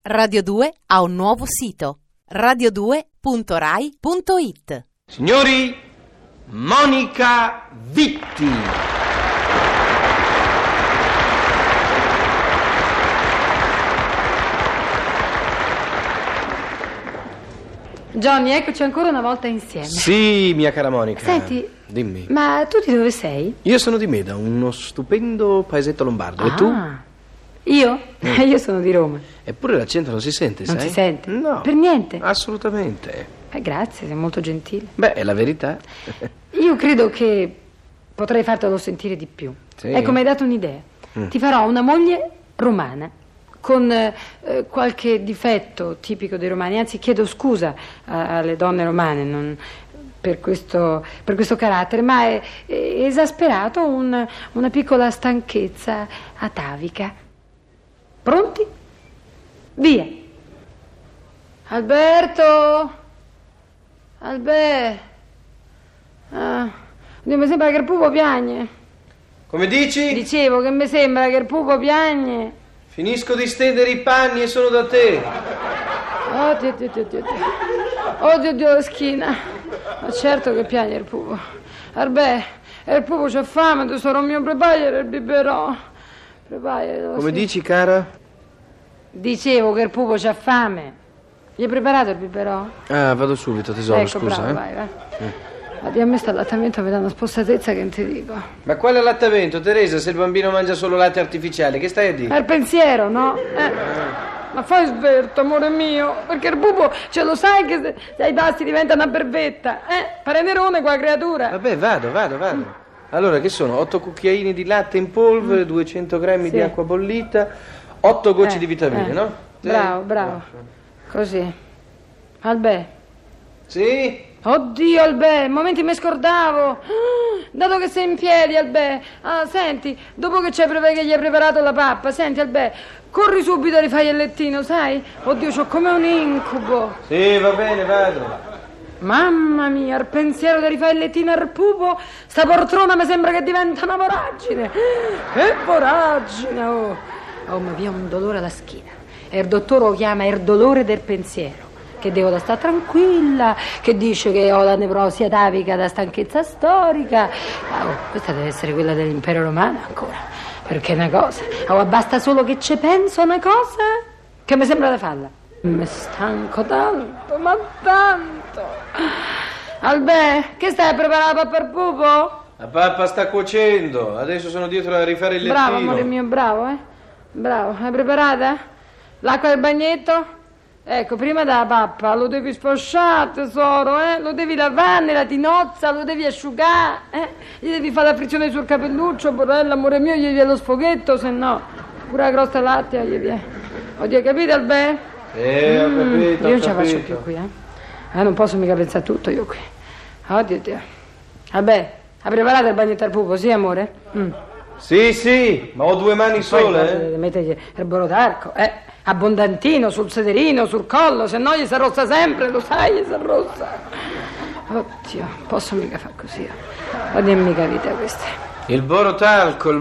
Radio 2 ha un nuovo sito, radio2.rai.it. Signori, Monica Vitti. Johnny, eccoci ancora una volta insieme. Sì, mia cara Monica. Senti, dimmi. ma tu di dove sei? Io sono di Meda, uno stupendo paesetto lombardo. E tu? Io? Io sono di Roma. Eppure l'accento non si sente, Non sai? si sente? No. Per niente? Assolutamente. Grazie, sei molto gentile. Beh, è la verità. Io credo che potrei fartelo sentire di più. Sì. Ecco, mi hai dato un'idea. Ti farò una moglie romana, con qualche difetto tipico dei romani. Anzi, chiedo scusa alle donne romane per questo carattere, ma è esasperato una piccola stanchezza atavica. Pronti? Via. Alberto! Dio, mi sembra che il pupo piagne. Come dici? Dicevo che mi sembra che il pupo piagne. Finisco di stendere i panni e sono da te. Oddio, la schiena. Ma certo che piagne il pupo. Arbè, il pupo c'ha fame, tesoro mio, prepari il biberò. Come dici, cara? Dicevo che il pupo c'ha fame. Gli hai preparato il biberò? Ah, vado subito, tesoro, Ecco, scusa. bravo, vai. Ma a me sta allattamento mi dà una spossatezza che non ti dico. Ma quale allattamento, Teresa, se il bambino mangia solo latte artificiale? Che stai a dire? È il pensiero, no? Ma fai sverto, amore mio, perché il pupo, ce lo sai che se ai pasti diventa una bervetta, pare nerone qua creatura. Vabbè, vado. Allora, che sono? 8 cucchiaini di latte in polvere, 200 grammi Sì. di acqua bollita, 8 gocce di vitamine, no? Bravo. Così. Albè. Sì? Oddio, Albè, momenti mi scordavo. Dato che sei in piedi, Albè. Senti, dopo che che gli hai preparato la pappa, senti, Albè, corri subito e rifai il lettino, sai? Oddio, c'ho come un incubo. Sì, va bene, vado. Mamma mia, il pensiero di rifare il lettino al pupo, sta poltrona mi sembra che diventa una voragine. Che voragine, oh, ma vi è un dolore alla schiena. E il dottore lo chiama il dolore del pensiero. Che devo da stare tranquilla, che dice che ho la nevrosi atavica da stanchezza storica. Questa deve essere quella dell'impero romano ancora. Perché è una cosa, basta solo che ci penso una cosa che mi sembra da farla. Mi stanco tanto, ma tanto. Albè, che stai a preparare la pappa al pupo? La pappa sta cuocendo, adesso sono dietro a rifare il lettino. Bravo, amore mio, bravo, Bravo, l'hai preparata? L'acqua del bagnetto? Ecco, prima della pappa lo devi sfasciare, tesoro, lo devi lavare nella tinozza, lo devi asciugare, gli devi fare la frizione sul capelluccio, porella, amore mio, gli viene lo sfoghetto, se no pure la crosta lattea gli viene. Oddio, capito, Albè? Ho capito. Io non ce la faccio più qui, non posso mica pensare a tutto io qui. Oddio. Vabbè, hai preparato il bagnetto al pupo, sì, amore? Sì, ma ho 2 mani sole, Mettegli il borotarco, abbondantino sul sederino, sul collo, se no gli si arrossa sempre, lo sai, gli si arrossa. Oddio, posso mica far così. Oddio, mica vita questa. Il borotalco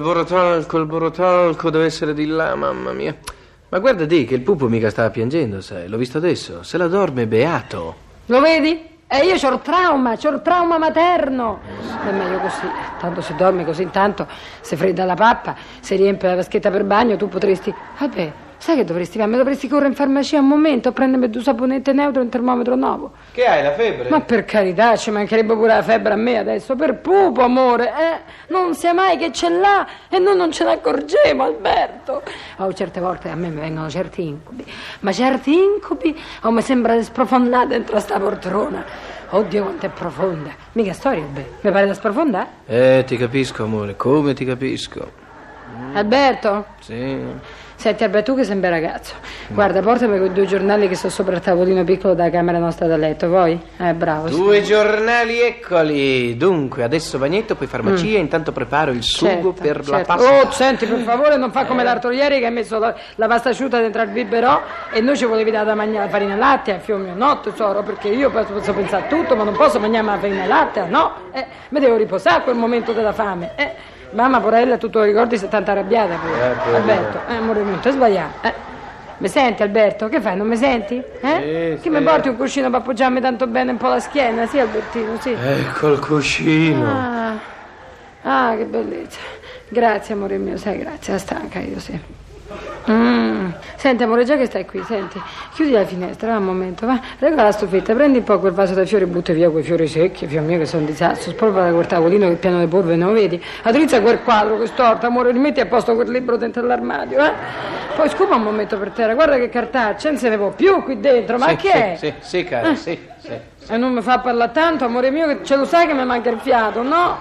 deve essere di là, mamma mia. Ma guarda di che il pupo mica stava piangendo, sai, l'ho visto adesso, se la dorme beato. Lo vedi? Io c'ho il trauma materno. È meglio così, tanto se dormi così intanto, se fredda la pappa, se riempie la vaschetta per bagno, tu potresti... Vabbè, sai che dovresti fare? Dovresti correre in farmacia un momento a prendermi 2 saponette neutro e un termometro nuovo. Che hai, la febbre? Ma per carità, ci mancherebbe pure la febbre a me adesso, per pupo, amore, non sia mai che ce l'ha e noi non ce ne accorgiamo, Alberto. Certe volte a me mi vengono certi incubi, ma certi incubi, mi sembra di sprofondare dentro sta poltrona. Oddio, quanto è profonda. Mica storia, mi pare da sprofondare? Ti capisco, amore, come ti capisco. Alberto? Sì. Senti, Alberto, tu che sei un bel ragazzo. Guarda, portami quei 2 giornali che sono sopra il tavolino piccolo della camera nostra da letto, vuoi? Bravo. 2 giornali, eccoli. Dunque, adesso bagnetto, poi farmacia, intanto preparo il sugo per la pasta. Senti, per favore, non fa come l'altro ieri che hai messo la pasta asciutta dentro al biberò e noi ci volevi dare da mangiare la farina latte, figlio mio, no, tesoro, perché io posso pensare a tutto, ma non posso mangiare la farina latte, no? Mi devo riposare a quel momento della fame, Mamma, porella, tu te lo ricordi, sei tanto arrabbiata pure. Alberto, amore mio, ti sbagliato. Mi senti, Alberto? Che fai, non mi senti? Che Sì, mi sì. porti un cuscino per appoggiarmi tanto bene un po' la schiena? Sì, Albertino, sì. Ecco il cuscino. Ah, che bellezza. Grazie, amore mio, sai, grazie. Stanca io, sì. Senti, amore, già che stai qui, senti, chiudi la finestra, va un momento, va. Regala la stufetta, prendi un po' quel vaso da fiori e butta via quei fiori secchi, figlio mio, che sono un disastro. Spolvera quel tavolino che è pieno di polvere, non lo vedi? Adrizza quel quadro che è storto, amore, rimetti a posto quel libro dentro l'armadio, eh. Poi scupa un momento per terra, guarda che cartaccia, non se ne può più qui dentro, ma Sì, che è? Sì, cara, sì. E non mi fa parlare tanto, amore mio, che ce lo sai che mi manca il fiato, no?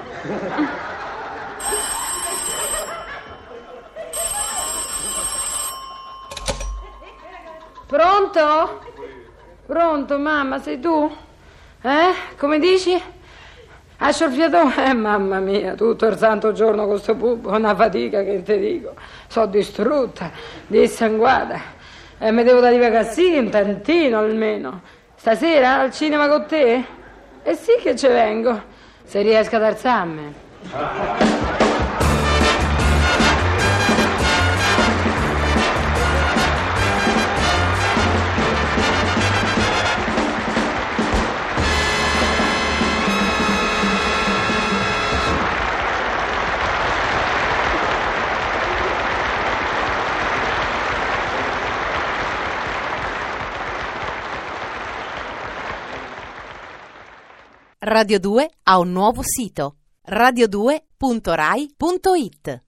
Pronto? Pronto, mamma, sei tu? Come dici? A sciorfiatore? Mamma mia, tutto il santo giorno con sto pupo, una fatica che te dico. Sono distrutta, dissanguata. E mi devo dare i vacazzini, un tantino almeno. Stasera al cinema con te? Eh sì che ci vengo, se riesco ad alzarmi. Radio 2 ha un nuovo sito: radio2.rai.it.